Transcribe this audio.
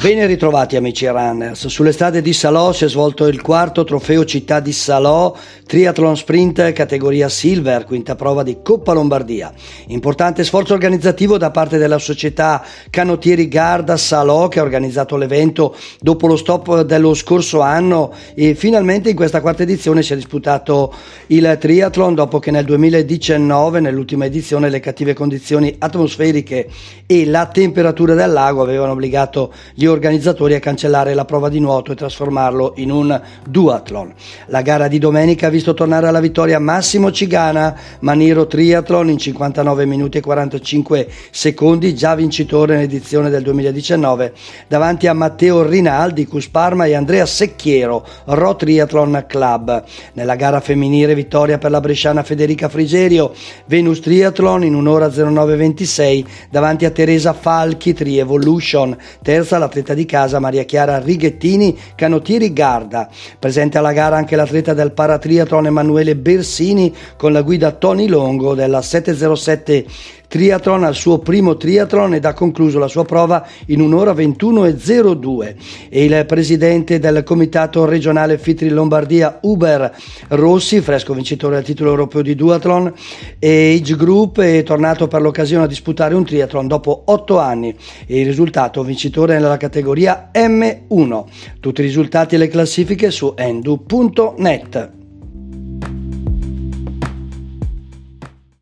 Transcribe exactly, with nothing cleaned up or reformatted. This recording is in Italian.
Ben ritrovati amici runners, sulle strade di Salò si è svolto il quarto trofeo Città di Salò Triathlon Sprint categoria Silver, quinta prova di Coppa Lombardia. Importante sforzo organizzativo da parte della società Canottieri Garda Salò, che ha organizzato l'evento dopo lo stop dello scorso anno, e finalmente in questa quarta edizione si è disputato il triathlon dopo che nel duemiladiciannove, nell'ultima edizione, le cattive condizioni atmosferiche e la temperatura del lago avevano obbligato gli organizzatori a cancellare la prova di nuoto e trasformarlo in un duathlon. La gara di domenica ha visto tornare alla vittoria Massimo Cigana, Maniero Triathlon, in cinquantanove minuti e quarantacinque secondi, già vincitore nell'edizione del duemiladiciannove, davanti a Matteo Rinaldi, Cusparma, e Andrea Secchiero, Ro Triathlon Club. Nella gara femminile vittoria per la bresciana Federica Frigerio, Venus Triathlon, in un'ora zero nove ventisei, davanti a Teresa Falchi, Tri Evolution. Terza l'atleta di casa Maria Chiara Righettini, Canottieri Garda. Presente alla gara anche l'atleta del paratriathlon Emanuele Bersini, con la guida Tony Longo della settecentossette Triathlon, al suo primo triathlon, ed ha concluso la sua prova in un'ora ventuno e zero due. E il presidente del comitato regionale Fitri Lombardia, Uber Rossi, fresco vincitore del titolo europeo di duathlon e age group, è tornato per l'occasione a disputare un triathlon dopo otto anni, e il risultato vincitore nella categoria M uno. Tutti i risultati e le classifiche su endu punto net.